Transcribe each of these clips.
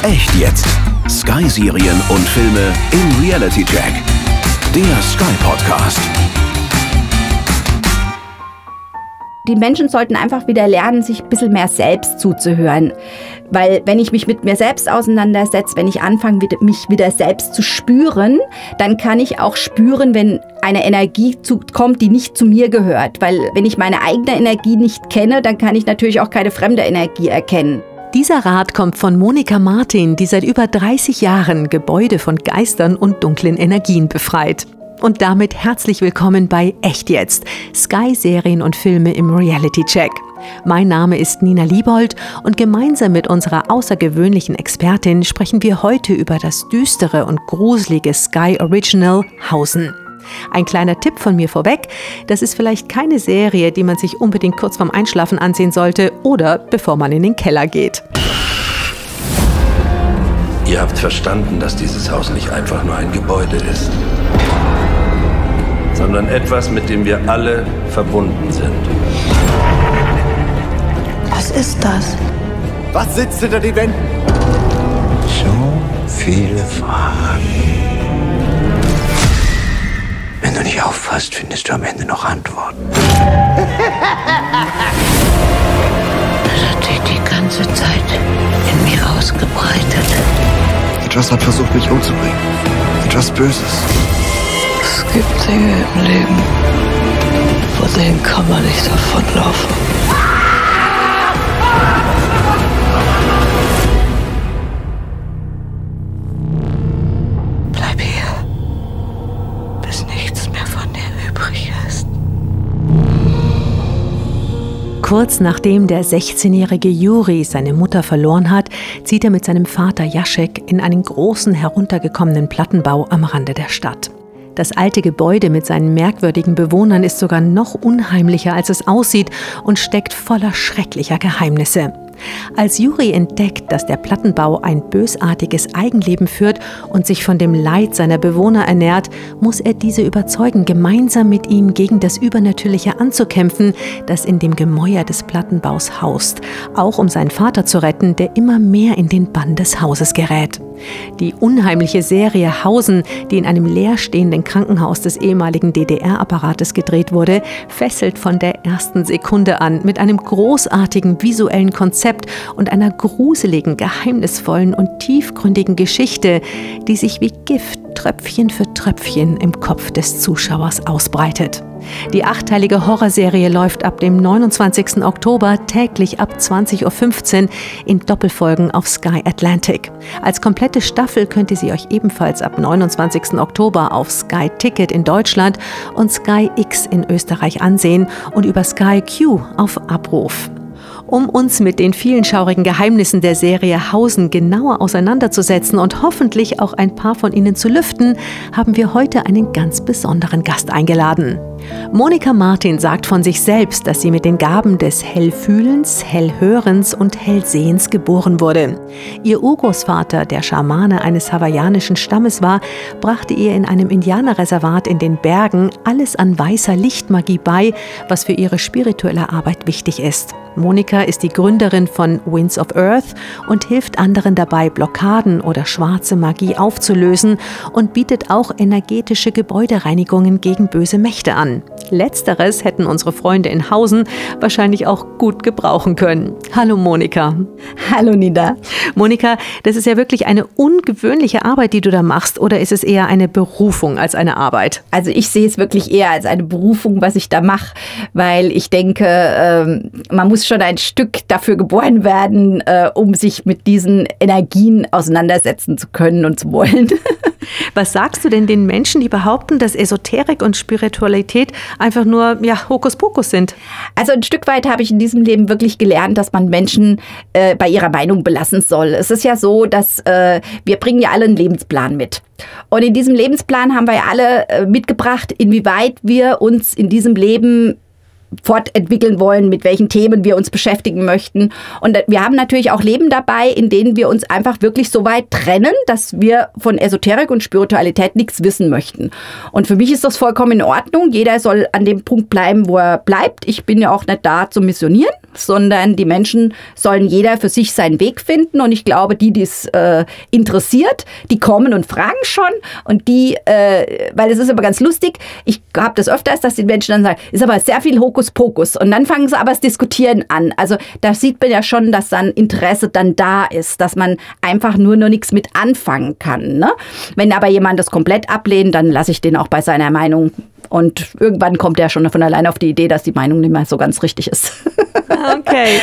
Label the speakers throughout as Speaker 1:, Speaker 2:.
Speaker 1: Echt jetzt. Sky-Serien und Filme im Reality Check. Der Sky Podcast.
Speaker 2: Die Menschen sollten einfach wieder lernen, sich ein bisschen mehr selbst zuzuhören. Weil wenn ich mich mit mir selbst auseinandersetze, wenn ich anfange, mich wieder selbst zu spüren, dann kann ich auch spüren, wenn eine Energie kommt, die nicht zu mir gehört. Weil wenn ich meine eigene Energie nicht kenne, dann kann ich natürlich auch keine fremde Energie erkennen.
Speaker 3: Dieser Rat kommt von Monika Martin, die seit über 30 Jahren Gebäude von Geistern und dunklen Energien befreit. Und damit herzlich willkommen bei Echt jetzt, Sky-Serien und Filme im Reality-Check. Mein Name ist Nina Liebold und gemeinsam mit unserer außergewöhnlichen Expertin sprechen wir heute über das düstere und gruselige Sky-Original Hausen. Ein kleiner Tipp von mir vorweg, das ist vielleicht keine Serie, die man sich unbedingt kurz vorm Einschlafen ansehen sollte oder bevor man in den Keller geht.
Speaker 4: Ihr habt verstanden, dass dieses Haus nicht einfach nur ein Gebäude ist, sondern etwas, mit dem wir alle verbunden sind.
Speaker 5: Was ist das?
Speaker 6: Was sitzt hinter den Wänden?
Speaker 7: So viele Fragen. Wenn du nicht aufpasst, findest du am Ende noch Antworten.
Speaker 5: Das hat sich die ganze Zeit in mir ausgebreitet.
Speaker 6: Etwas hat versucht, mich umzubringen. Etwas Böses.
Speaker 5: Es gibt Dinge im Leben, vor denen kann man nicht davonlaufen. Bleib hier, bis nichts mehr von dir übrig ist.
Speaker 3: Kurz nachdem der 16-jährige Juri seine Mutter verloren hat, zieht er mit seinem Vater Jacek in einen großen, heruntergekommenen Plattenbau am Rande der Stadt. Das alte Gebäude mit seinen merkwürdigen Bewohnern ist sogar noch unheimlicher, als es aussieht und steckt voller schrecklicher Geheimnisse. Als Juri entdeckt, dass der Plattenbau ein bösartiges Eigenleben führt und sich von dem Leid seiner Bewohner ernährt, muss er diese überzeugen, gemeinsam mit ihm gegen das Übernatürliche anzukämpfen, das in dem Gemäuer des Plattenbaus haust, auch um seinen Vater zu retten, der immer mehr in den Bann des Hauses gerät. Die unheimliche Serie Hausen, die in einem leerstehenden Krankenhaus des ehemaligen DDR-Apparates gedreht wurde, fesselt von der ersten Sekunde an mit einem großartigen visuellen Konzept und einer gruseligen, geheimnisvollen und tiefgründigen Geschichte, die sich wie Gift Tröpfchen für Tröpfchen im Kopf des Zuschauers ausbreitet. Die 8-teilige Horrorserie läuft ab dem 29. Oktober täglich ab 20:15 Uhr in Doppelfolgen auf Sky Atlantic. Als komplette Staffel könnt ihr sie euch ebenfalls ab 29. Oktober auf Sky Ticket in Deutschland und Sky X in Österreich ansehen und über Sky Q auf Abruf. Um uns mit den vielen schaurigen Geheimnissen der Serie Hausen genauer auseinanderzusetzen und hoffentlich auch ein paar von ihnen zu lüften, haben wir heute einen ganz besonderen Gast eingeladen. Monika Martin sagt von sich selbst, dass sie mit den Gaben des Hellfühlens, Hellhörens und Hellsehens geboren wurde. Ihr Urgroßvater, der Schamane eines hawaiianischen Stammes war, brachte ihr in einem Indianerreservat in den Bergen alles an weißer Lichtmagie bei, was für ihre spirituelle Arbeit wichtig ist. Monika ist die Gründerin von Winds of Earth und hilft anderen dabei, Blockaden oder schwarze Magie aufzulösen und bietet auch energetische Gebäudereinigungen gegen böse Mächte an. Letzteres hätten unsere Freunde in Hausen wahrscheinlich auch gut gebrauchen können. Hallo Monika.
Speaker 2: Hallo Nida.
Speaker 3: Monika, das ist ja wirklich eine ungewöhnliche Arbeit, die du da machst, oder ist es eher eine Berufung als eine Arbeit?
Speaker 2: Also ich sehe es wirklich eher als eine Berufung, was ich da mache, weil ich denke, man muss schon ein Stück dafür geboren werden, um sich mit diesen Energien auseinandersetzen zu können und zu wollen.
Speaker 3: Was sagst du denn den Menschen, die behaupten, dass Esoterik und Spiritualität einfach nur Hokuspokus sind?
Speaker 2: Also ein Stück weit habe ich in diesem Leben wirklich gelernt, dass man Menschen bei ihrer Meinung belassen soll. Es ist ja so, dass wir bringen ja alle einen Lebensplan mit. Und in diesem Lebensplan haben wir ja alle mitgebracht, inwieweit wir uns in diesem Leben fortentwickeln wollen, mit welchen Themen wir uns beschäftigen möchten. Und wir haben natürlich auch Leben dabei, in denen wir uns einfach wirklich so weit trennen, dass wir von Esoterik und Spiritualität nichts wissen möchten. Und für mich ist das vollkommen in Ordnung. Jeder soll an dem Punkt bleiben, wo er bleibt. Ich bin ja auch nicht da zum Missionieren, sondern die Menschen sollen jeder für sich seinen Weg finden. Und ich glaube, die es interessiert, die kommen und fragen schon. Und die, weil es ist aber ganz lustig, ich habe das öfters, dass die Menschen dann sagen, ist aber sehr viel Hokuspokus. Und dann fangen sie aber das Diskutieren an. Also da sieht man ja schon, dass dann Interesse dann da ist, dass man einfach nur nichts mit anfangen kann. Ne? Wenn aber jemand das komplett ablehnt, dann lasse ich den auch bei seiner Meinung. Und irgendwann kommt er schon von allein auf die Idee, dass die Meinung nicht mehr so ganz richtig ist.
Speaker 3: Okay.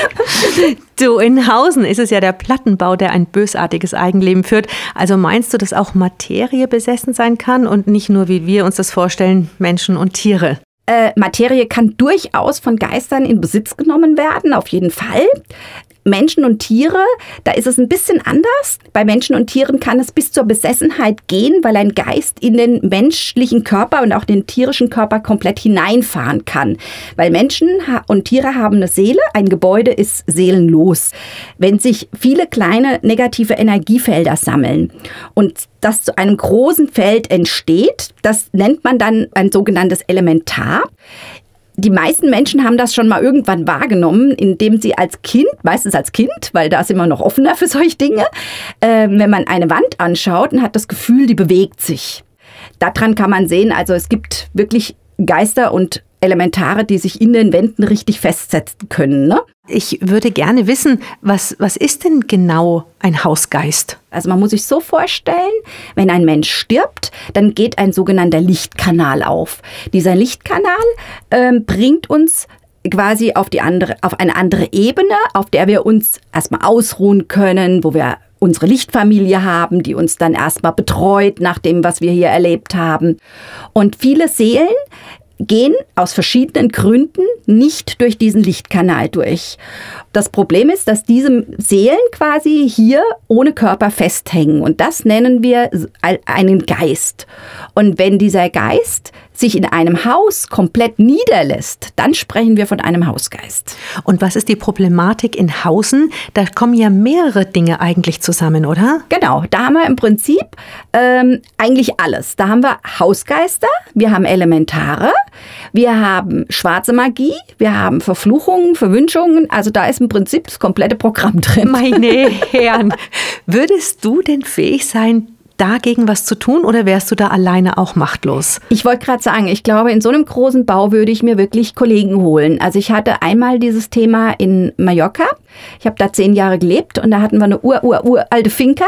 Speaker 3: Du, in Hausen ist es ja der Plattenbau, der ein bösartiges Eigenleben führt. Also meinst du, dass auch Materie besessen sein kann und nicht nur, wie wir uns das vorstellen, Menschen und Tiere?
Speaker 2: Materie kann durchaus von Geistern in Besitz genommen werden, auf jeden Fall. Menschen und Tiere, da ist es ein bisschen anders. Bei Menschen und Tieren kann es bis zur Besessenheit gehen, weil ein Geist in den menschlichen Körper und auch den tierischen Körper komplett hineinfahren kann. Weil Menschen und Tiere haben eine Seele, ein Gebäude ist seelenlos. Wenn sich viele kleine negative Energiefelder sammeln und das zu einem großen Feld entsteht, das nennt man dann ein sogenanntes Elementar. Die meisten Menschen haben das schon mal irgendwann wahrgenommen, indem sie meistens als Kind, weil da sind wir noch offener für solche Dinge, wenn man eine Wand anschaut und hat das Gefühl, die bewegt sich. Daran kann man sehen, also es gibt wirklich Geister und Elementare, die sich in den Wänden richtig festsetzen können. Ne?
Speaker 3: Ich würde gerne wissen, was ist denn genau ein Hausgeist?
Speaker 2: Also man muss sich so vorstellen, wenn ein Mensch stirbt, dann geht ein sogenannter Lichtkanal auf. Dieser Lichtkanal bringt uns quasi auf eine andere Ebene, auf der wir uns erstmal ausruhen können, wo wir unsere Lichtfamilie haben, die uns dann erstmal betreut nach dem, was wir hier erlebt haben. Und viele Seelen gehen aus verschiedenen Gründen nicht durch diesen Lichtkanal durch. Das Problem ist, dass diese Seelen quasi hier ohne Körper festhängen. Und das nennen wir einen Geist. Und wenn dieser Geist sich in einem Haus komplett niederlässt, dann sprechen wir von einem Hausgeist.
Speaker 3: Und was ist die Problematik in Hausen? Da kommen ja mehrere Dinge eigentlich zusammen, oder?
Speaker 2: Genau, da haben wir im Prinzip eigentlich alles. Da haben wir Hausgeister, wir haben Elementare, wir haben schwarze Magie, wir haben Verfluchungen, Verwünschungen. Also da ist im Prinzip das komplette Programm drin.
Speaker 3: Meine Herren, würdest du denn fähig sein, dagegen was zu tun oder wärst du da alleine auch machtlos?
Speaker 2: Ich wollte gerade sagen, ich glaube, in so einem großen Bau würde ich mir wirklich Kollegen holen. Also ich hatte einmal dieses Thema in Mallorca. Ich habe da 10 Jahre gelebt und da hatten wir eine uralte Finca.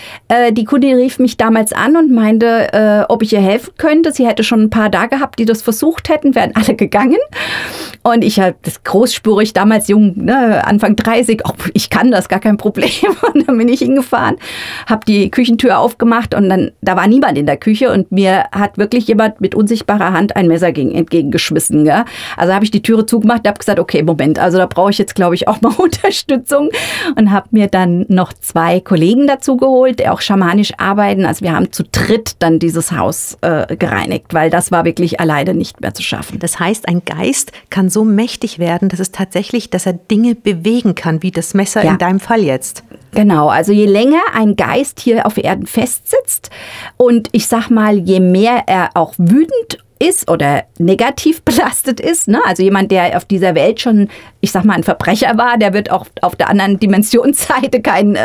Speaker 2: Die Kundin rief mich damals an und meinte, ob ich ihr helfen könnte. Sie hätte schon ein paar da gehabt, die das versucht hätten, wären alle gegangen. Und ich habe das großspurig, damals jung, ne, Anfang 30, ich kann das, gar kein Problem. Und dann bin ich hingefahren, habe die Küchentür aufgemacht und dann, da war niemand in der Küche und mir hat wirklich jemand mit unsichtbarer Hand ein Messer entgegengeschmissen. Ja? Also habe ich die Türe zugemacht und habe gesagt, okay, Moment, also da brauche ich jetzt, glaube ich, auch mal Unterstützung. Und habe mir dann noch 2 Kollegen dazu geholt, die auch schamanisch arbeiten. Also wir haben zu dritt dann dieses Haus gereinigt, weil das war wirklich alleine nicht mehr zu schaffen.
Speaker 3: Das heißt, ein Geist kann so mächtig werden, dass er Dinge bewegen kann, wie das Messer in deinem Fall jetzt.
Speaker 2: Genau, also je länger ein Geist hier auf Erden festsitzt und ich sag mal, je mehr er auch wütend ist oder negativ belastet ist, ne? Also jemand, der auf dieser Welt schon, ich sag mal, ein Verbrecher war, der wird auch auf der anderen Dimensionsseite kein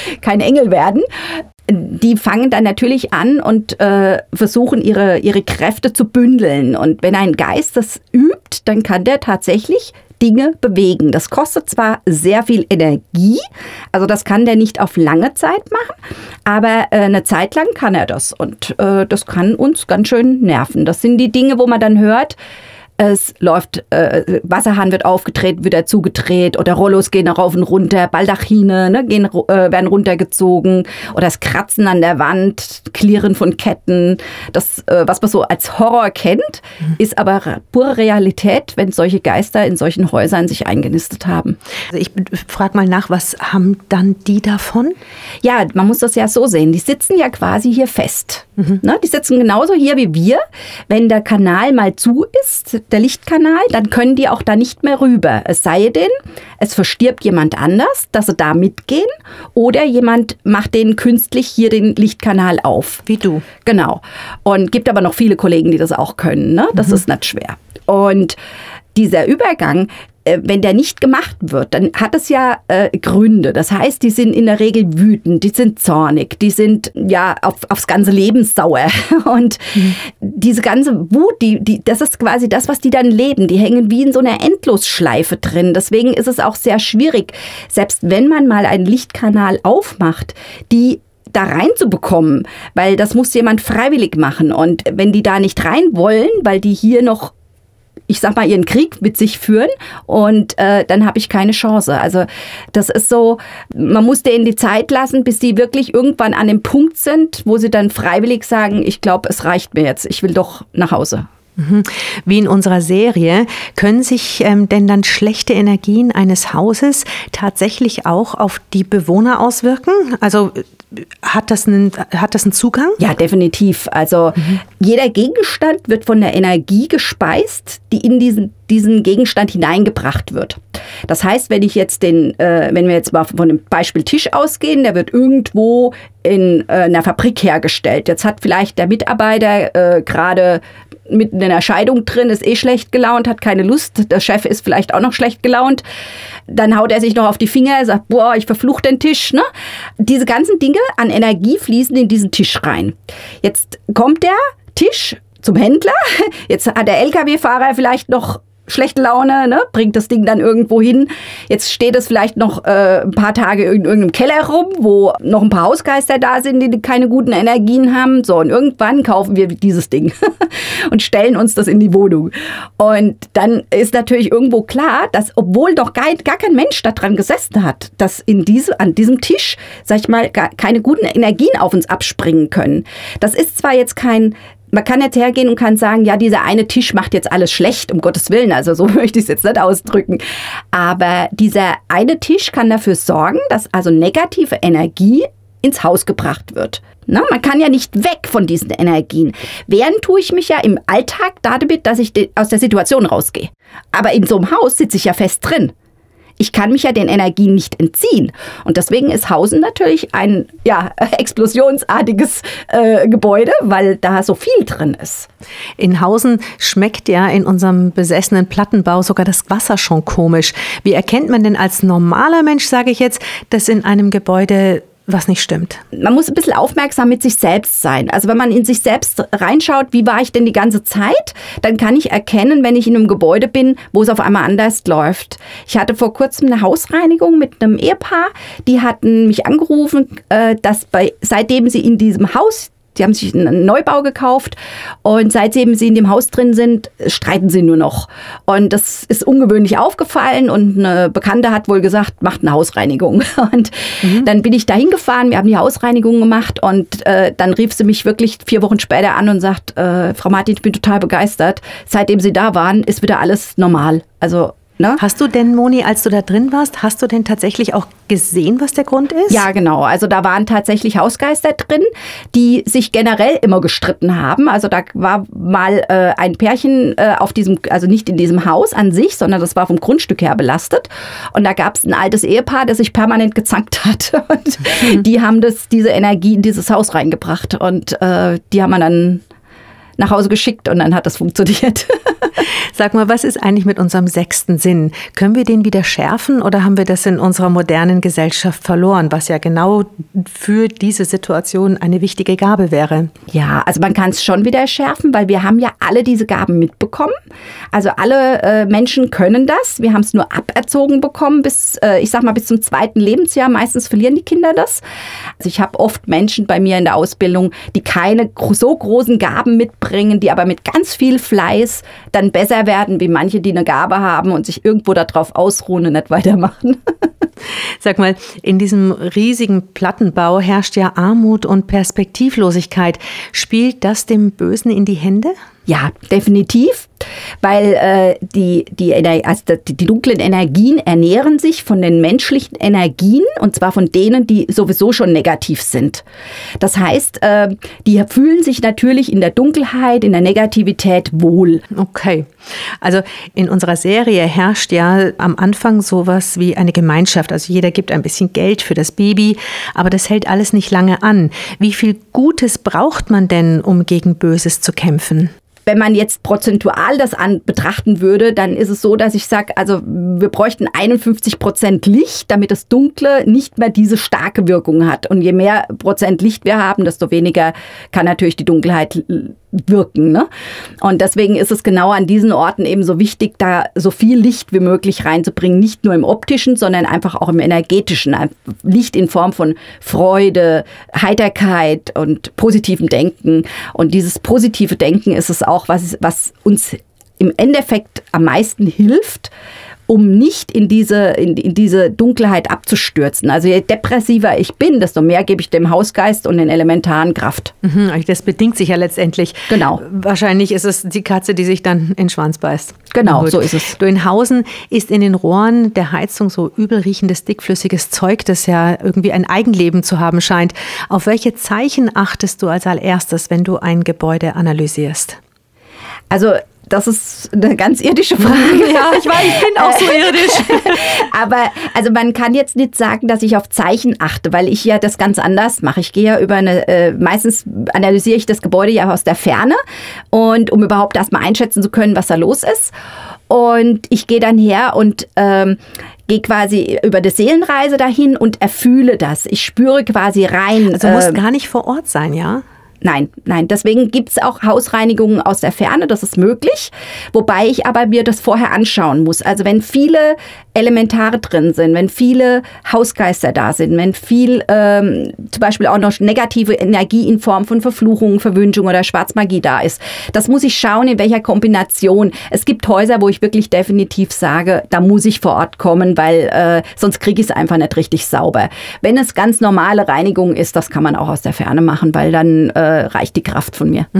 Speaker 2: Engel werden. Die fangen dann natürlich an und versuchen, ihre Kräfte zu bündeln. Und wenn ein Geist das übt, dann kann der tatsächlich Dinge bewegen. Das kostet zwar sehr viel Energie, also das kann der nicht auf lange Zeit machen, aber eine Zeit lang kann er das und das kann uns ganz schön nerven. Das sind die Dinge, wo man dann hört, es läuft, Wasserhahn wird aufgedreht, wieder zugedreht oder Rollos gehen rauf und runter, Baldachine werden runtergezogen oder das Kratzen an der Wand, Klirren von Ketten. Das, was man so als Horror kennt, ist aber pure Realität, wenn solche Geister in solchen Häusern sich eingenistet haben.
Speaker 3: Also ich frage mal nach, was haben dann die davon?
Speaker 2: Ja, man muss das ja so sehen. Die sitzen ja quasi hier fest. Ne, die sitzen genauso hier wie wir. Wenn der Kanal mal zu ist, der Lichtkanal, dann können die auch da nicht mehr rüber. Es sei denn, es verstirbt jemand anders, dass sie da mitgehen, oder jemand macht denen künstlich hier den Lichtkanal auf.
Speaker 3: Wie du.
Speaker 2: Genau. Und gibt aber noch viele Kollegen, die das auch können. Ne? Das ist nicht schwer. Und dieser Übergang, wenn der nicht gemacht wird, dann hat es ja Gründe. Das heißt, die sind in der Regel wütend, die sind zornig, die sind ja aufs ganze Leben sauer. Und diese ganze Wut, das ist quasi das, was die dann leben. Die hängen wie in so einer Endlosschleife drin. Deswegen ist es auch sehr schwierig, selbst wenn man mal einen Lichtkanal aufmacht, die da reinzubekommen, weil das muss jemand freiwillig machen. Und wenn die da nicht rein wollen, weil die hier noch, ich sag mal, ihren Krieg mit sich führen, und dann habe ich keine Chance. Also das ist so, man muss denen die Zeit lassen, bis die wirklich irgendwann an dem Punkt sind, wo sie dann freiwillig sagen, ich glaube, es reicht mir jetzt, ich will doch nach Hause.
Speaker 3: Wie in unserer Serie, können sich denn dann schlechte Energien eines Hauses tatsächlich auch auf die Bewohner auswirken? Also hat das einen Zugang?
Speaker 2: Ja, definitiv. Also jeder Gegenstand wird von der Energie gespeist, die in diesen Gegenstand hineingebracht wird. Das heißt, wenn wir jetzt mal von dem Beispiel Tisch ausgehen, der wird irgendwo in einer Fabrik hergestellt. Jetzt hat vielleicht der Mitarbeiter gerade mitten in der Scheidung drin, ist schlecht gelaunt, hat keine Lust, der Chef ist vielleicht auch noch schlecht gelaunt, dann haut er sich noch auf die Finger, sagt, boah, ich verfluche den Tisch. Ne? Diese ganzen Dinge an Energie fließen in diesen Tisch rein. Jetzt kommt der Tisch zum Händler, jetzt hat der LKW-Fahrer vielleicht noch schlechte Laune, ne? Bringt das Ding dann irgendwo hin. Jetzt steht es vielleicht noch ein paar Tage in irgendeinem Keller rum, wo noch ein paar Hausgeister da sind, die keine guten Energien haben. So, und irgendwann kaufen wir dieses Ding und stellen uns das in die Wohnung. Und dann ist natürlich irgendwo klar, dass, obwohl doch gar kein Mensch da dran gesessen hat, dass an diesem Tisch, sag ich mal, keine guten Energien auf uns abspringen können. Das ist zwar jetzt man kann jetzt hergehen und kann sagen, ja, dieser eine Tisch macht jetzt alles schlecht, um Gottes Willen. Also so möchte ich es jetzt nicht ausdrücken. Aber dieser eine Tisch kann dafür sorgen, dass also negative Energie ins Haus gebracht wird. Na, man kann ja nicht weg von diesen Energien. Wehren tue ich mich ja im Alltag damit, dass ich aus der Situation rausgehe. Aber in so einem Haus sitze ich ja fest drin. Ich kann mich ja den Energien nicht entziehen. Und deswegen ist Hausen natürlich ein explosionsartiges Gebäude, weil da so viel drin ist.
Speaker 3: In Hausen schmeckt ja in unserem besessenen Plattenbau sogar das Wasser schon komisch. Wie erkennt man denn als normaler Mensch, sage ich jetzt, dass in einem Gebäude was nicht stimmt?
Speaker 2: Man muss ein bisschen aufmerksam mit sich selbst sein. Also wenn man in sich selbst reinschaut, wie war ich denn die ganze Zeit, dann kann ich erkennen, wenn ich in einem Gebäude bin, wo es auf einmal anders läuft. Ich hatte vor kurzem eine Hausreinigung mit einem Ehepaar, die hatten mich angerufen, dass seitdem sie in diesem Haus, die haben sich einen Neubau gekauft, und seitdem sie in dem Haus drin sind, streiten sie nur noch. Und das ist ungewöhnlich aufgefallen, und eine Bekannte hat wohl gesagt, macht eine Hausreinigung. Und dann bin ich da hingefahren, wir haben die Hausreinigung gemacht, und dann rief sie mich wirklich 4 Wochen später an und sagt, Frau Martin, ich bin total begeistert. Seitdem Sie da waren, ist wieder alles normal. Also ne?
Speaker 3: Hast du denn, Moni, als du da drin warst, hast du denn tatsächlich auch gesehen, was der Grund ist?
Speaker 2: Ja, genau. Also da waren tatsächlich Hausgeister drin, die sich generell immer gestritten haben. Also da war mal ein Pärchen also nicht in diesem Haus an sich, sondern das war vom Grundstück her belastet. Und da gab es ein altes Ehepaar, das sich permanent gezankt hat. Und die haben diese Energie in dieses Haus reingebracht. Und die haben wir dann nach Hause geschickt, und dann hat das funktioniert.
Speaker 3: Sag mal, was ist eigentlich mit unserem 6. Sinn? Können wir den wieder schärfen, oder haben wir das in unserer modernen Gesellschaft verloren, was ja genau für diese Situation eine wichtige Gabe wäre?
Speaker 2: Ja, also man kann es schon wieder schärfen, weil wir haben ja alle diese Gaben mitbekommen. Also alle Menschen können das. Wir haben es nur aberzogen bekommen bis zum 2. Lebensjahr. Meistens verlieren die Kinder das. Also ich habe oft Menschen bei mir in der Ausbildung, die keine so großen Gaben mitbringen, die aber mit ganz viel Fleiß dann besser werden, wie manche, die eine Gabe haben und sich irgendwo darauf ausruhen und nicht weitermachen.
Speaker 3: Sag mal, in diesem riesigen Plattenbau herrscht ja Armut und Perspektivlosigkeit. Spielt das dem Bösen in die Hände?
Speaker 2: Ja, definitiv. weil die dunklen Energien ernähren sich von den menschlichen Energien und zwar von denen, die sowieso schon negativ sind. Das heißt, die fühlen sich natürlich in der Dunkelheit, in der Negativität wohl.
Speaker 3: Okay. Also in unserer Serie herrscht ja am Anfang sowas wie eine Gemeinschaft. Also jeder gibt ein bisschen Geld für das Baby, aber das hält alles nicht lange an. Wie viel Gutes braucht man denn, um gegen Böses zu kämpfen?
Speaker 2: Wenn man jetzt prozentual das betrachten würde, dann ist es so, dass ich sage, also wir bräuchten 51% Licht, damit das Dunkle nicht mehr diese starke Wirkung hat. Und je mehr Prozent Licht wir haben, desto weniger kann natürlich die Dunkelheit wirken. Ne? Und deswegen ist es genau an diesen Orten eben so wichtig, da so viel Licht wie möglich reinzubringen. Nicht nur im optischen, sondern einfach auch im energetischen. Licht in Form von Freude, Heiterkeit und positivem Denken. Und dieses positive Denken ist es auch, was uns im Endeffekt am meisten hilft, um nicht in diese Dunkelheit abzustürzen. Also je depressiver ich bin, desto mehr gebe ich dem Hausgeist und den Elementaren Kraft.
Speaker 3: Das bedingt sich ja letztendlich.
Speaker 2: Genau.
Speaker 3: Wahrscheinlich ist es die Katze, die sich dann in den Schwanz beißt.
Speaker 2: Genau, so ist es.
Speaker 3: Du, in Hausen ist in den Rohren der Heizung so übel riechendes, dickflüssiges Zeug, das ja irgendwie ein Eigenleben zu haben scheint. Auf welche Zeichen achtest du als allererstes, wenn du ein Gebäude analysierst?
Speaker 2: Also das ist eine ganz irdische Frage.
Speaker 3: Ja, ich weiß, ich bin auch so irdisch.
Speaker 2: Aber also man kann jetzt nicht sagen, dass ich auf Zeichen achte, weil ich ja das ganz anders mache. Ich gehe ja meistens analysiere ich das Gebäude ja aus der Ferne und um überhaupt erstmal einschätzen zu können, was da los ist. Und ich gehe dann her und gehe quasi über die Seelenreise dahin und erfühle das. Ich spüre quasi rein.
Speaker 3: Also muss gar nicht vor Ort sein, ja?
Speaker 2: Nein. Deswegen gibt es auch Hausreinigungen aus der Ferne, das ist möglich. Wobei ich aber mir das vorher anschauen muss. Also wenn viele Elementare drin sind, wenn viele Hausgeister da sind, wenn viel zum Beispiel auch noch negative Energie in Form von Verfluchungen, Verwünschung oder Schwarzmagie da ist, das muss ich schauen, in welcher Kombination. Es gibt Häuser, wo ich wirklich definitiv sage, da muss ich vor Ort kommen, weil sonst kriege ich es einfach nicht richtig sauber. Wenn es ganz normale Reinigung ist, das kann man auch aus der Ferne machen, weil dann reicht die Kraft von mir.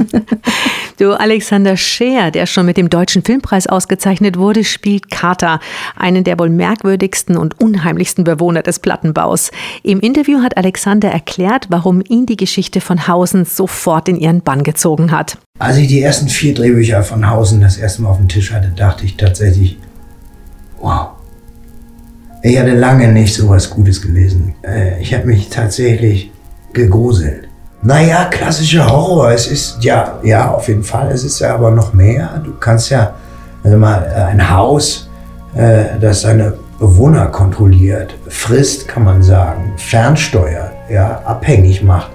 Speaker 3: Du, Alexander Scheer, der schon mit dem Deutschen Filmpreis ausgezeichnet wurde, spielt Kater, einen der wohl merkwürdigsten und unheimlichsten Bewohner des Plattenbaus. Im Interview hat Alexander erklärt, warum ihn die Geschichte von Hausen sofort in ihren Bann gezogen hat.
Speaker 8: Als ich die ersten 4 Drehbücher von Hausen das erste Mal auf dem Tisch hatte, dachte ich tatsächlich, wow. Ich hatte lange nicht so was Gutes gelesen. Ich habe mich tatsächlich gegruselt. Naja, klassischer Horror, es ist, ja, auf jeden Fall, es ist ja aber noch mehr. Du kannst ja, also mal ein Haus, das seine Bewohner kontrolliert, frisst, kann man sagen, fernsteuert, ja, abhängig macht,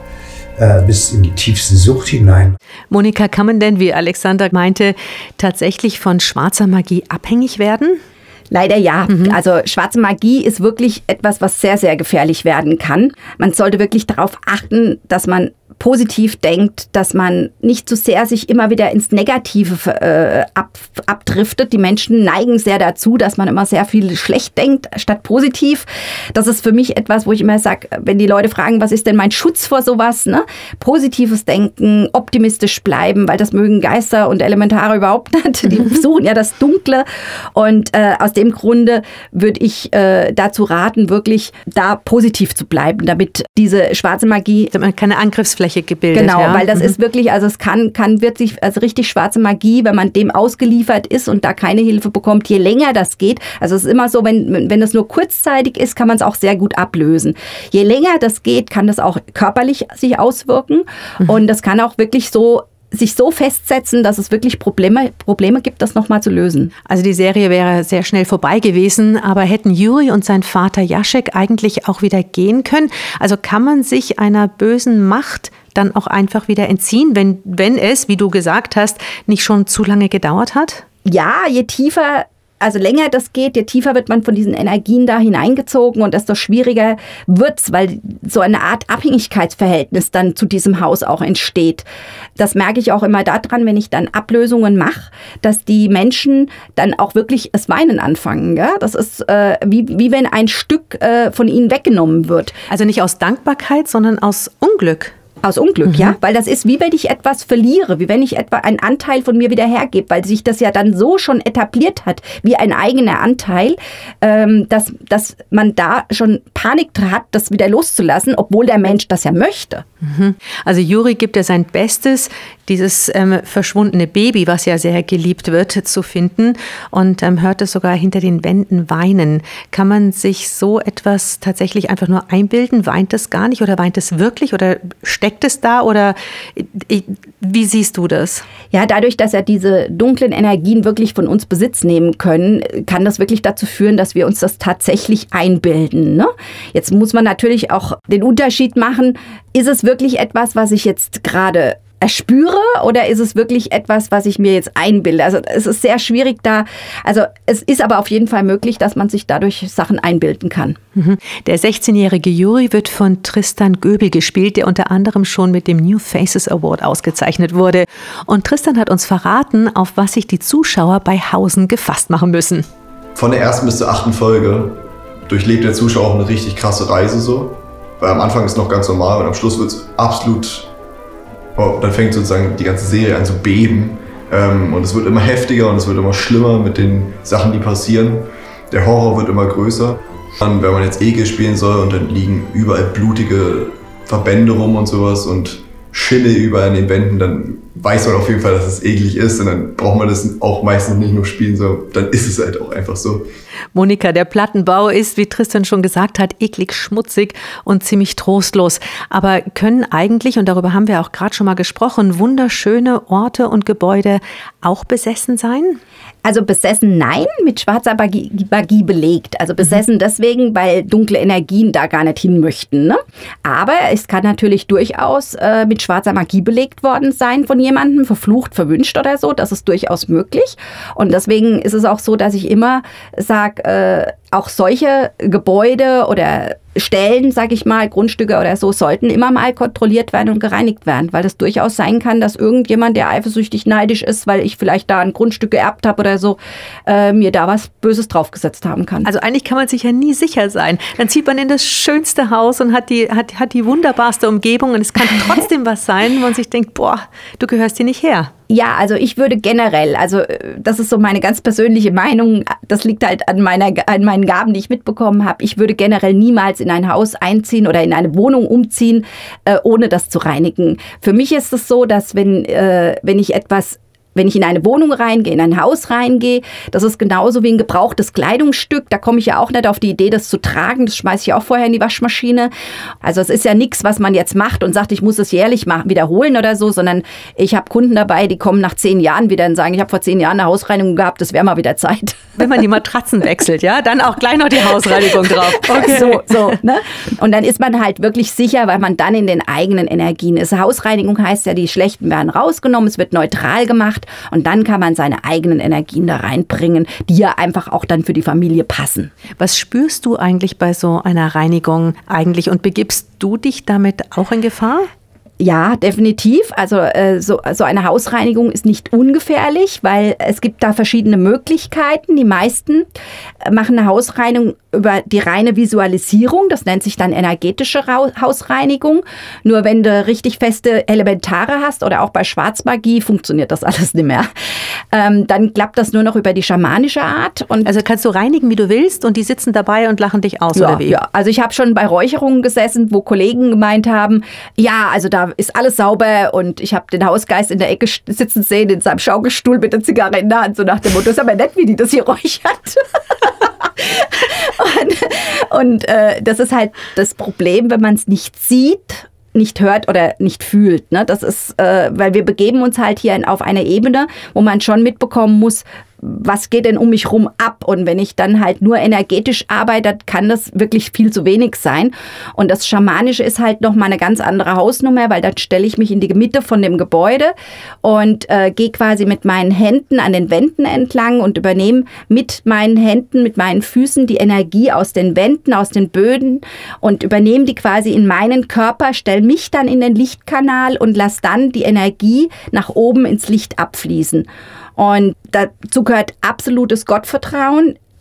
Speaker 8: bis in die tiefste Sucht hinein.
Speaker 3: Monika, kann man denn, wie Alexander meinte, tatsächlich von schwarzer Magie abhängig werden?
Speaker 2: Leider ja. Also schwarze Magie ist wirklich etwas, was sehr, sehr gefährlich werden kann. Man sollte wirklich darauf achten, dass man positiv denkt, dass man nicht zu sehr sich immer wieder ins Negative abdriftet. Die Menschen neigen sehr dazu, dass man immer sehr viel schlecht denkt, statt positiv. Das ist für mich etwas, wo ich immer sage, wenn die Leute fragen, was ist denn mein Schutz vor sowas? Ne? Positives Denken, optimistisch bleiben, weil das mögen Geister und Elementare überhaupt nicht. Die suchen ja das Dunkle. Und aus dem Grunde würde ich dazu raten, wirklich da positiv zu bleiben, damit diese schwarze Magie...
Speaker 3: Keine Angriffsfläche gebildet.
Speaker 2: Genau, ja? Weil das ist wirklich, also es kann wirklich, also richtig schwarze Magie, wenn man dem ausgeliefert ist und da keine Hilfe bekommt, je länger das geht. Also es ist immer so, wenn es nur kurzzeitig ist, kann man es auch sehr gut ablösen. Je länger das geht, kann das auch körperlich sich auswirken und das kann auch wirklich sich so festsetzen, dass es wirklich Probleme gibt, das nochmal zu lösen.
Speaker 3: Also die Serie wäre sehr schnell vorbei gewesen, aber hätten Juri und sein Vater Jaschek eigentlich auch wieder gehen können? Also kann man sich einer bösen Macht dann auch einfach wieder entziehen, wenn es, wie du gesagt hast, nicht schon zu lange gedauert hat?
Speaker 2: Ja, je tiefer, also länger das geht, je tiefer wird man von diesen Energien da hineingezogen und desto schwieriger wird's, weil so eine Art Abhängigkeitsverhältnis dann zu diesem Haus auch entsteht. Das merke ich auch immer daran, wenn ich dann Ablösungen mache, dass die Menschen dann auch wirklich das Weinen anfangen. Ja? Das ist wie wenn ein Stück von ihnen weggenommen wird.
Speaker 3: Also nicht aus Dankbarkeit, sondern aus Unglück.
Speaker 2: Aus Unglück, ja, weil das ist wie wenn ich etwas verliere, wie wenn ich etwa einen Anteil von mir wieder hergebe, weil sich das ja dann so schon etabliert hat, wie ein eigener Anteil, dass man da schon Panik hat, das wieder loszulassen, obwohl der Mensch das ja möchte.
Speaker 3: Also Juri gibt ja sein Bestes, dieses verschwundene Baby, was ja sehr geliebt wird, zu finden und hört es sogar hinter den Wänden weinen. Kann man sich so etwas tatsächlich einfach nur einbilden? Weint es gar nicht oder weint es wirklich oder steckt es da oder wie siehst du das?
Speaker 2: Ja, dadurch, dass ja diese dunklen Energien wirklich von uns Besitz nehmen können, kann das wirklich dazu führen, dass wir uns das tatsächlich einbilden. Ne? Jetzt muss man natürlich auch den Unterschied machen, ist es wirklich etwas, was ich jetzt gerade erspüre oder ist es wirklich etwas, was ich mir jetzt einbilde? Also es ist sehr schwierig da. Also es ist aber auf jeden Fall möglich, dass man sich dadurch Sachen einbilden kann.
Speaker 3: Der 16-jährige Juri wird von Tristan Göbel gespielt, der unter anderem schon mit dem New Faces Award ausgezeichnet wurde. Und Tristan hat uns verraten, auf was sich die Zuschauer bei Hausen gefasst machen müssen.
Speaker 9: Von der ersten bis zur 8. Folge durchlebt der Zuschauer auch eine richtig krasse Reise so. Weil am Anfang ist es noch ganz normal und am Schluss wird es absolut... dann fängt sozusagen die ganze Serie an zu beben und es wird immer heftiger und es wird immer schlimmer mit den Sachen, die passieren. Der Horror wird immer größer. Und wenn man jetzt Ekel spielen soll und dann liegen überall blutige Verbände rum und sowas und Schille überall an den Wänden, dann weiß man auf jeden Fall, dass es eklig ist und dann braucht man das auch meistens nicht nur spielen, sondern dann ist es halt auch einfach so.
Speaker 3: Monika, der Plattenbau ist, wie Tristan schon gesagt hat, eklig, schmutzig und ziemlich trostlos. Aber können eigentlich, und darüber haben wir auch gerade schon mal gesprochen, wunderschöne Orte und Gebäude auch besessen sein?
Speaker 2: Also besessen nein, mit schwarzer Magie belegt. Also besessen deswegen, weil dunkle Energien da gar nicht hin möchten. Ne? Aber es kann natürlich durchaus mit schwarzer Magie belegt worden sein von jemandem, verflucht, verwünscht oder so. Das ist durchaus möglich. Und deswegen ist es auch so, dass ich immer sage, auch solche Gebäude oder Stellen, sag ich mal, Grundstücke oder so, sollten immer mal kontrolliert werden und gereinigt werden, weil es durchaus sein kann, dass irgendjemand, der eifersüchtig neidisch ist, weil ich vielleicht da ein Grundstück geerbt habe oder so, mir da was Böses draufgesetzt haben kann.
Speaker 3: Also eigentlich kann man sich ja nie sicher sein. Dann zieht man in das schönste Haus und hat die wunderbarste Umgebung und es kann trotzdem was sein, wo man sich denkt, boah, du gehörst hier nicht her.
Speaker 2: Ja, also ich würde generell, also das ist so meine ganz persönliche Meinung, das liegt halt an meinen Gaben, die ich mitbekommen habe. Ich würde generell niemals in ein Haus einziehen oder in eine Wohnung umziehen, ohne das zu reinigen. Für mich ist es so, dass wenn ich in eine Wohnung reingehe, in ein Haus reingehe, das ist genauso wie ein gebrauchtes Kleidungsstück. Da komme ich ja auch nicht auf die Idee, das zu tragen. Das schmeiße ich auch vorher in die Waschmaschine. Also es ist ja nichts, was man jetzt macht und sagt, ich muss es jährlich wiederholen oder so, sondern ich habe Kunden dabei, die kommen nach 10 Jahren wieder und sagen, ich habe vor 10 Jahren eine Hausreinigung gehabt, das wäre mal wieder Zeit.
Speaker 3: Wenn man die Matratzen wechselt, ja, dann auch gleich noch die Hausreinigung drauf.
Speaker 2: Okay. So, ne? Und dann ist man halt wirklich sicher, weil man dann in den eigenen Energien ist. Hausreinigung heißt ja, die Schlechten werden rausgenommen, es wird neutral gemacht. Und dann kann man seine eigenen Energien da reinbringen, die ja einfach auch dann für die Familie passen.
Speaker 3: Was spürst du eigentlich bei so einer Reinigung eigentlich und begibst du dich damit auch in Gefahr?
Speaker 2: Ja, definitiv. Also so eine Hausreinigung ist nicht ungefährlich, weil es gibt da verschiedene Möglichkeiten. Die meisten machen eine Hausreinigung über die reine Visualisierung. Das nennt sich dann energetische Hausreinigung. Nur wenn du richtig feste Elementare hast oder auch bei Schwarzmagie funktioniert das alles nicht mehr. Dann klappt das nur noch über die schamanische Art. Und
Speaker 3: also kannst du reinigen, wie du willst und die sitzen dabei und lachen dich aus, oder wie?
Speaker 2: Ja, also ich habe schon bei Räucherungen gesessen, wo Kollegen gemeint haben, ja, also da ist alles sauber und ich habe den Hausgeist in der Ecke sitzen sehen, in seinem Schaukelstuhl mit der Zigarre in der Hand, so nach dem Motto, ist aber nett, wie die das hier räuchert. und das ist halt das Problem, wenn man es nicht sieht, nicht hört oder nicht fühlt. Ne? Das ist, weil wir begeben uns halt hier auf eine Ebene, wo man schon mitbekommen muss, was geht denn um mich rum ab? Und wenn ich dann halt nur energetisch arbeite, kann das wirklich viel zu wenig sein. Und das Schamanische ist halt nochmal eine ganz andere Hausnummer, weil dann stelle ich mich in die Mitte von dem Gebäude und gehe quasi mit meinen Händen an den Wänden entlang und übernehme mit meinen Händen, mit meinen Füßen die Energie aus den Wänden, aus den Böden und übernehme die quasi in meinen Körper, stelle mich dann in den Lichtkanal und lasse dann die Energie nach oben ins Licht abfließen. Und dazu gehört absolutes Gottvertrauen.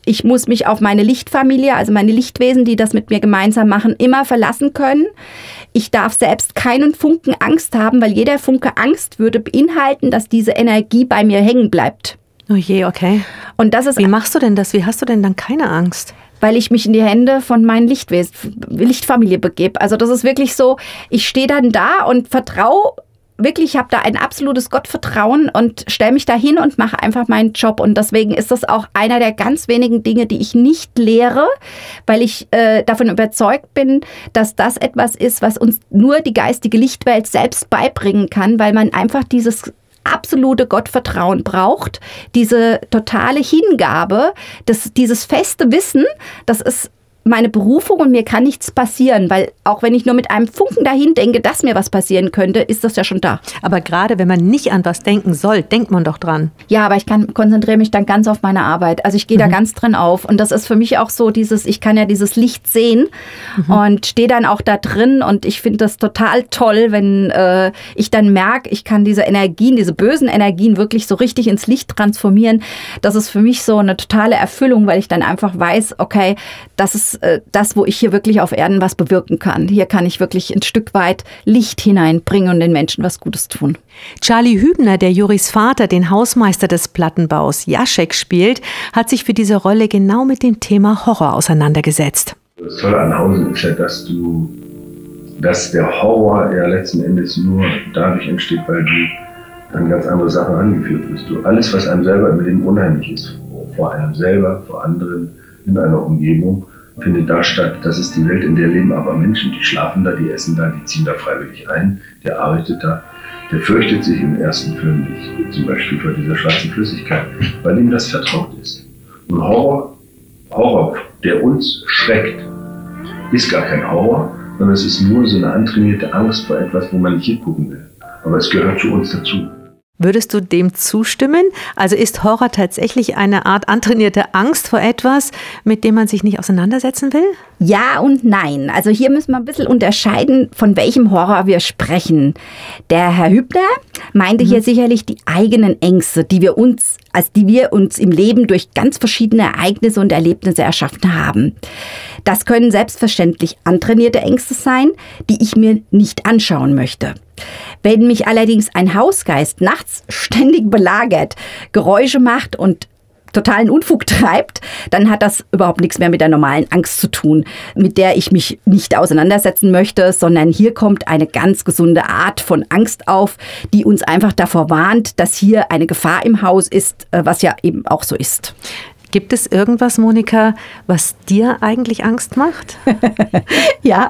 Speaker 2: Ich muss mich auf meine Lichtfamilie, also meine Lichtwesen, die das mit mir gemeinsam machen, immer verlassen können. Ich darf selbst keinen Funken Angst haben, weil jeder Funke Angst würde beinhalten, dass diese Energie bei mir hängen bleibt.
Speaker 3: Oh je, okay.
Speaker 2: Und das ist,
Speaker 3: wie machst du denn das? Wie hast du denn dann keine Angst?
Speaker 2: Weil ich mich in die Hände von meinen Lichtfamilie begebe. Also das ist wirklich so, ich stehe dann da und vertraue wirklich, ich habe da ein absolutes Gottvertrauen und stelle mich da hin und mache einfach meinen Job. Und deswegen ist das auch einer der ganz wenigen Dinge, die ich nicht lehre, weil ich davon überzeugt bin, dass das etwas ist, was uns nur die geistige Lichtwelt selbst beibringen kann, weil man einfach dieses absolute Gottvertrauen braucht, diese totale Hingabe, dieses feste Wissen, das ist meine Berufung und mir kann nichts passieren, weil auch wenn ich nur mit einem Funken dahin denke, dass mir was passieren könnte, ist das ja schon da.
Speaker 3: Aber gerade wenn man nicht an was denken soll, denkt man doch dran.
Speaker 2: Ja, aber ich konzentriere mich dann ganz auf meine Arbeit. Also ich gehe da ganz drin auf und das ist für mich auch so ich kann ja dieses Licht sehen und stehe dann auch da drin und ich finde das total toll, wenn ich dann merke, ich kann diese Energien, diese bösen Energien wirklich so richtig ins Licht transformieren. Das ist für mich so eine totale Erfüllung, weil ich dann einfach weiß, okay, das ist das, wo ich hier wirklich auf Erden was bewirken kann. Hier kann ich wirklich ein Stück weit Licht hineinbringen und den Menschen was Gutes tun.
Speaker 3: Charlie Hübner, der Juris Vater, den Hausmeister des Plattenbaus Jaschek spielt, hat sich für diese Rolle genau mit dem Thema Horror auseinandergesetzt.
Speaker 4: Das Tolle an Hausen ist ja, dass der Horror ja letzten Endes nur dadurch entsteht, weil du an ganz andere Sachen angeführt bist. Alles, was einem selber im Leben unheimlich ist, vor einem selber, vor anderen, in einer Umgebung, findet da statt. Das ist die Welt, in der leben aber Menschen, die schlafen da, die essen da, die ziehen da freiwillig ein, der arbeitet da, der fürchtet sich im ersten Film nicht, zum Beispiel vor dieser schwarzen Flüssigkeit, weil ihm das vertraut ist. Und Horror, der uns schreckt, ist gar kein Horror, sondern es ist nur so eine antrainierte Angst vor etwas, wo man nicht hingucken will. Aber es gehört zu uns dazu.
Speaker 3: Würdest du dem zustimmen? Also ist Horror tatsächlich eine Art antrainierte Angst vor etwas, mit dem man sich nicht auseinandersetzen will?
Speaker 2: Ja und nein. Also hier müssen wir ein bisschen unterscheiden, von welchem Horror wir sprechen. Der Herr Hübner meinte hier sicherlich die eigenen Ängste, die wir uns im Leben durch ganz verschiedene Ereignisse und Erlebnisse erschaffen haben. Das können selbstverständlich antrainierte Ängste sein, die ich mir nicht anschauen möchte. Wenn mich allerdings ein Hausgeist nachts ständig belagert, Geräusche macht und totalen Unfug treibt, dann hat das überhaupt nichts mehr mit der normalen Angst zu tun, mit der ich mich nicht auseinandersetzen möchte, sondern hier kommt eine ganz gesunde Art von Angst auf, die uns einfach davor warnt, dass hier eine Gefahr im Haus ist, was ja eben auch so ist.
Speaker 3: Gibt es irgendwas, Monika, was dir eigentlich Angst macht?
Speaker 2: Ja.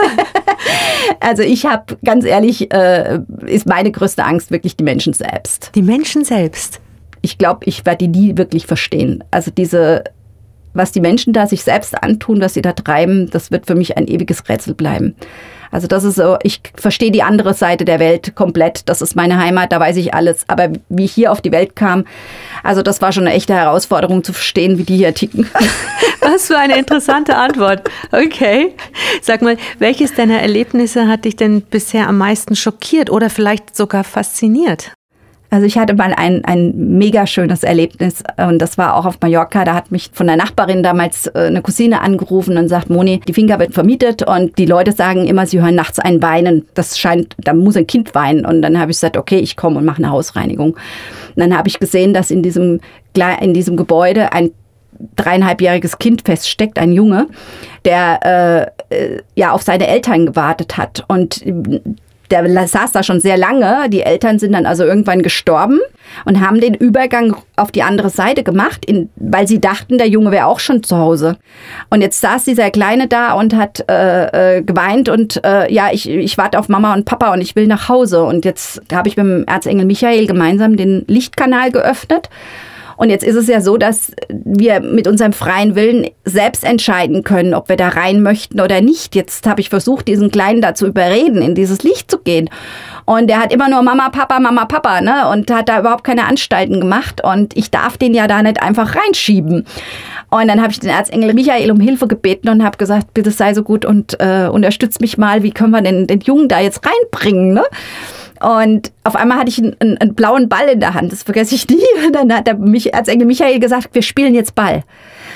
Speaker 2: Also ich habe, ganz ehrlich, ist meine größte Angst wirklich die Menschen selbst.
Speaker 3: Die Menschen selbst?
Speaker 2: Ich glaube, ich werde die nie wirklich verstehen. Also was die Menschen da sich selbst antun, was sie da treiben, das wird für mich ein ewiges Rätsel bleiben. Also das ist so, ich verstehe die andere Seite der Welt komplett. Das ist meine Heimat, da weiß ich alles. Aber wie ich hier auf die Welt kam, also das war schon eine echte Herausforderung zu verstehen, wie die hier ticken.
Speaker 3: Was für eine interessante Antwort. Okay. Sag mal, welches deiner Erlebnisse hat dich denn bisher am meisten schockiert oder vielleicht sogar fasziniert?
Speaker 2: Also ich hatte mal ein mega schönes Erlebnis und das war auch auf Mallorca. Da hat mich von der Nachbarin damals eine Cousine angerufen und sagt, Moni, die Finca wird vermietet und die Leute sagen immer, sie hören nachts ein Weinen. Da muss ein Kind weinen. Und dann habe ich gesagt, okay, ich komme und mache eine Hausreinigung. Und dann habe ich gesehen, dass in diesem Gebäude ein 3,5-jähriges Kind feststeckt, ein Junge, der auf seine Eltern gewartet hat. Und der saß da schon sehr lange. Die Eltern sind dann also irgendwann gestorben und haben den Übergang auf die andere Seite gemacht, weil sie dachten, der Junge wäre auch schon zu Hause. Und jetzt saß dieser Kleine da und hat geweint und ich warte auf Mama und Papa und ich will nach Hause. Und jetzt habe ich mit dem Erzengel Michael gemeinsam den Lichtkanal geöffnet. Und jetzt ist es ja so, dass wir mit unserem freien Willen selbst entscheiden können, ob wir da rein möchten oder nicht. Jetzt habe ich versucht, diesen Kleinen da zu überreden, in dieses Licht zu gehen. Und der hat immer nur Mama, Papa, ne? Und hat da überhaupt keine Anstalten gemacht. Und ich darf den ja da nicht einfach reinschieben. Und dann habe ich den Erzengel Michael um Hilfe gebeten und habe gesagt, bitte sei so gut und unterstütz mich mal. Wie können wir denn den Jungen da jetzt reinbringen, ne? Und auf einmal hatte ich einen blauen Ball in der Hand, das vergesse ich nie. Und dann hat der Erzengel Michael gesagt, wir spielen jetzt Ball.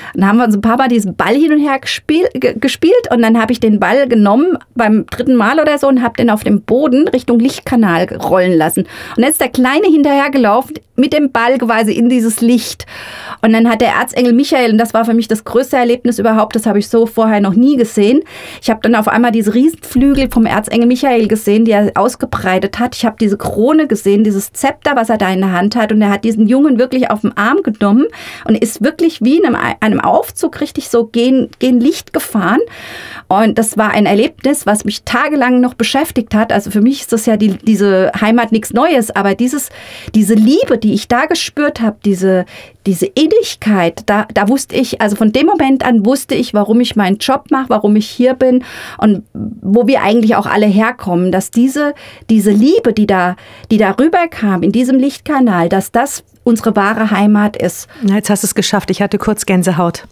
Speaker 2: Dann haben wir uns ein paar Mal diesen Ball hin und her gespielt und dann habe ich den Ball genommen beim 3. Mal oder so und habe den auf dem Boden Richtung Lichtkanal rollen lassen. Und dann ist der Kleine hinterhergelaufen mit dem Ball quasi in dieses Licht. Und dann hat der Erzengel Michael, und das war für mich das größte Erlebnis überhaupt, das habe ich so vorher noch nie gesehen. Ich habe dann auf einmal diese Riesenflügel vom Erzengel Michael gesehen, die er ausgebreitet hat. Ich habe diese Krone gesehen, dieses Zepter, was er da in der Hand hat. Und er hat diesen Jungen wirklich auf den Arm genommen und ist wirklich wie in einem Aufzug richtig so gegen Licht gefahren. Und das war ein Erlebnis, was mich tagelang noch beschäftigt hat. Also für mich ist das ja diese Heimat nichts Neues, aber diese Liebe, die ich da gespürt habe, diese Innigkeit, da wusste ich, also von dem Moment an wusste ich, warum ich meinen Job mache, warum ich hier bin und wo wir eigentlich auch alle herkommen, dass diese Liebe, die da rüberkam in diesem Lichtkanal, dass das unsere wahre Heimat ist.
Speaker 3: Na, jetzt hast du es geschafft. Ich hatte kurz Gänsehaut.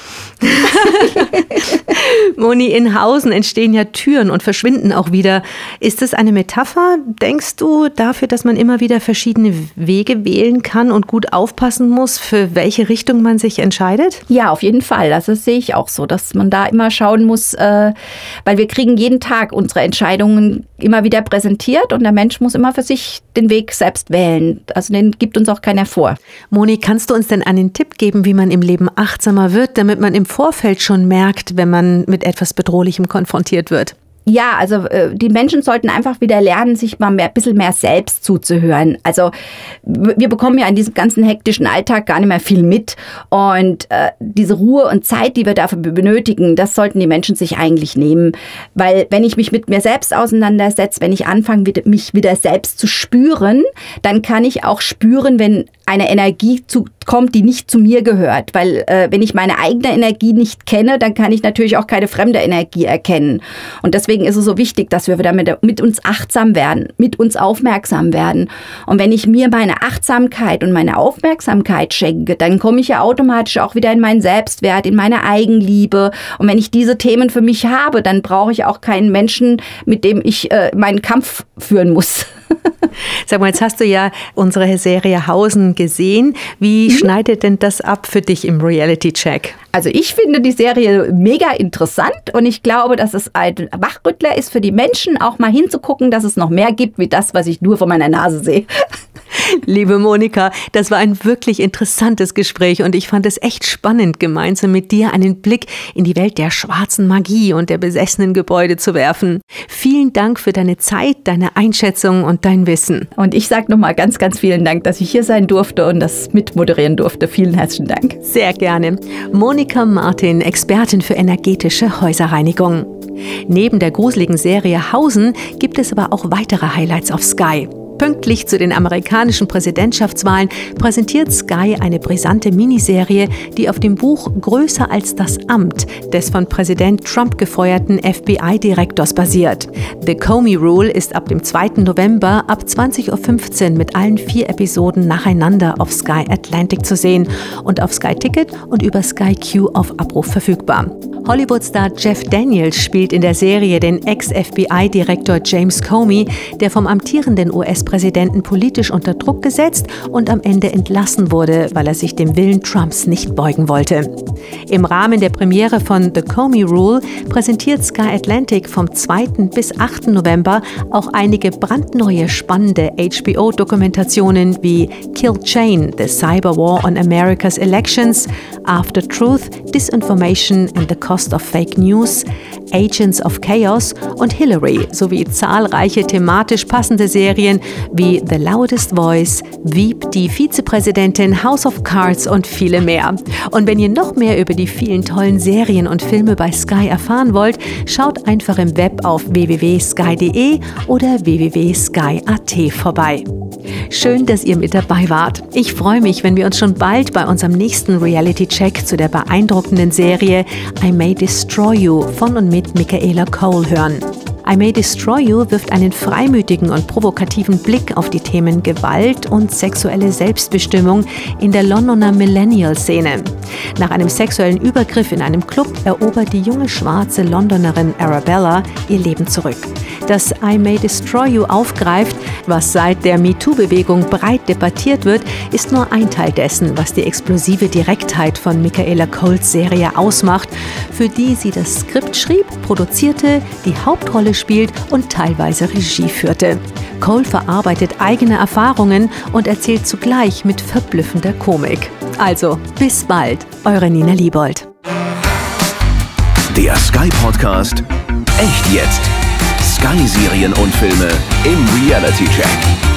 Speaker 3: Moni, in Hausen entstehen ja Türen und verschwinden auch wieder. Ist das eine Metapher, denkst du, dafür, dass man immer wieder verschiedene Wege wählen kann und gut aufpassen muss, für welche Richtung man sich entscheidet?
Speaker 2: Ja, auf jeden Fall. Also das sehe ich auch so, dass man da immer schauen muss, weil wir kriegen jeden Tag unsere Entscheidungen immer wieder präsentiert und der Mensch muss immer für sich den Weg selbst wählen. Also den gibt uns auch keiner vor.
Speaker 3: Moni, kannst du uns denn einen Tipp geben, wie man im Leben achtsamer wird, damit man im Vorfeld schon merkt, wenn man mit etwas Bedrohlichem konfrontiert wird?
Speaker 2: Ja, also die Menschen sollten einfach wieder lernen, sich mal ein bisschen mehr selbst zuzuhören. Also wir bekommen ja in diesem ganzen hektischen Alltag gar nicht mehr viel mit. Und diese Ruhe und Zeit, die wir dafür benötigen, das sollten die Menschen sich eigentlich nehmen. Weil wenn ich mich mit mir selbst auseinandersetze, wenn ich anfange, mich wieder selbst zu spüren, dann kann ich auch spüren, wenn eine Energie kommt, die nicht zu mir gehört. Weil wenn ich meine eigene Energie nicht kenne, dann kann ich natürlich auch keine fremde Energie erkennen. Und deswegen ist es so wichtig, dass wir wieder mit uns achtsam werden, mit uns aufmerksam werden. Und wenn ich mir meine Achtsamkeit und meine Aufmerksamkeit schenke, dann komme ich ja automatisch auch wieder in meinen Selbstwert, in meine Eigenliebe. Und wenn ich diese Themen für mich habe, dann brauche ich auch keinen Menschen, mit dem ich meinen Kampf führen muss.
Speaker 3: Sag mal, jetzt hast du ja unsere Serie Hausen gesehen. Wie schneidet denn das ab für dich im Reality-Check?
Speaker 2: Also ich finde die Serie mega interessant und ich glaube, dass es ein Wachrüttler ist für die Menschen, auch mal hinzugucken, dass es noch mehr gibt, wie das, was ich nur vor meiner Nase sehe.
Speaker 3: Liebe Monika, das war ein wirklich interessantes Gespräch und ich fand es echt spannend, gemeinsam mit dir einen Blick in die Welt der schwarzen Magie und der besessenen Gebäude zu werfen. Vielen Dank für deine Zeit, deine Einschätzung und dein Wissen.
Speaker 2: Und ich sage nochmal ganz, ganz vielen Dank, dass ich hier sein durfte und das mitmoderieren durfte. Vielen herzlichen Dank.
Speaker 3: Sehr gerne. Monika Martin, Expertin für energetische Häuserreinigung. Neben der gruseligen Serie Hausen gibt es aber auch weitere Highlights auf Sky. Pünktlich zu den amerikanischen Präsidentschaftswahlen präsentiert Sky eine brisante Miniserie, die auf dem Buch Größer als das Amt des von Präsident Trump gefeuerten FBI-Direktors basiert. The Comey Rule ist ab dem 2. November ab 20.15 Uhr mit allen 4 Episoden nacheinander auf Sky Atlantic zu sehen und auf Sky Ticket und über Sky Q auf Abruf verfügbar. Hollywood-Star Jeff Daniels spielt in der Serie den Ex-FBI-Direktor James Comey, der vom amtierenden US-Präsidenten politisch unter Druck gesetzt und am Ende entlassen wurde, weil er sich dem Willen Trumps nicht beugen wollte. Im Rahmen der Premiere von The Comey Rule präsentiert Sky Atlantic vom 2. bis 8. November auch einige brandneue, spannende HBO-Dokumentationen wie Kill Chain, The Cyber War on America's Elections, After Truth, Disinformation and the Cost of Fake News, Agents of Chaos und Hillary sowie zahlreiche thematisch passende Serien wie The Loudest Voice, Veep, die Vizepräsidentin, House of Cards und viele mehr. Und wenn ihr noch mehr über die vielen tollen Serien und Filme bei Sky erfahren wollt, schaut einfach im Web auf www.sky.de oder www.sky.at vorbei. Schön, dass ihr mit dabei wart. Ich freue mich, wenn wir uns schon bald bei unserem nächsten Reality-Check zu der beeindruckenden Serie I May Destroy You von und mit Michaela Cole hören. I May Destroy You wirft einen freimütigen und provokativen Blick auf die Themen Gewalt und sexuelle Selbstbestimmung in der Londoner Millennial-Szene. Nach einem sexuellen Übergriff in einem Club erobert die junge schwarze Londonerin Arabella ihr Leben zurück. Das I May Destroy You aufgreift, was seit der MeToo-Bewegung breit debattiert wird, ist nur ein Teil dessen, was die explosive Direktheit von Michaela Coles Serie ausmacht, für die sie das Skript schrieb, produzierte, die Hauptrolle spielt und teilweise Regie führte. Cole verarbeitet eigene Erfahrungen und erzählt zugleich mit verblüffender Komik. Also, bis bald, eure Nina Liebold.
Speaker 1: Der Sky Podcast Echt jetzt. Sky Serien und Filme im Reality Check.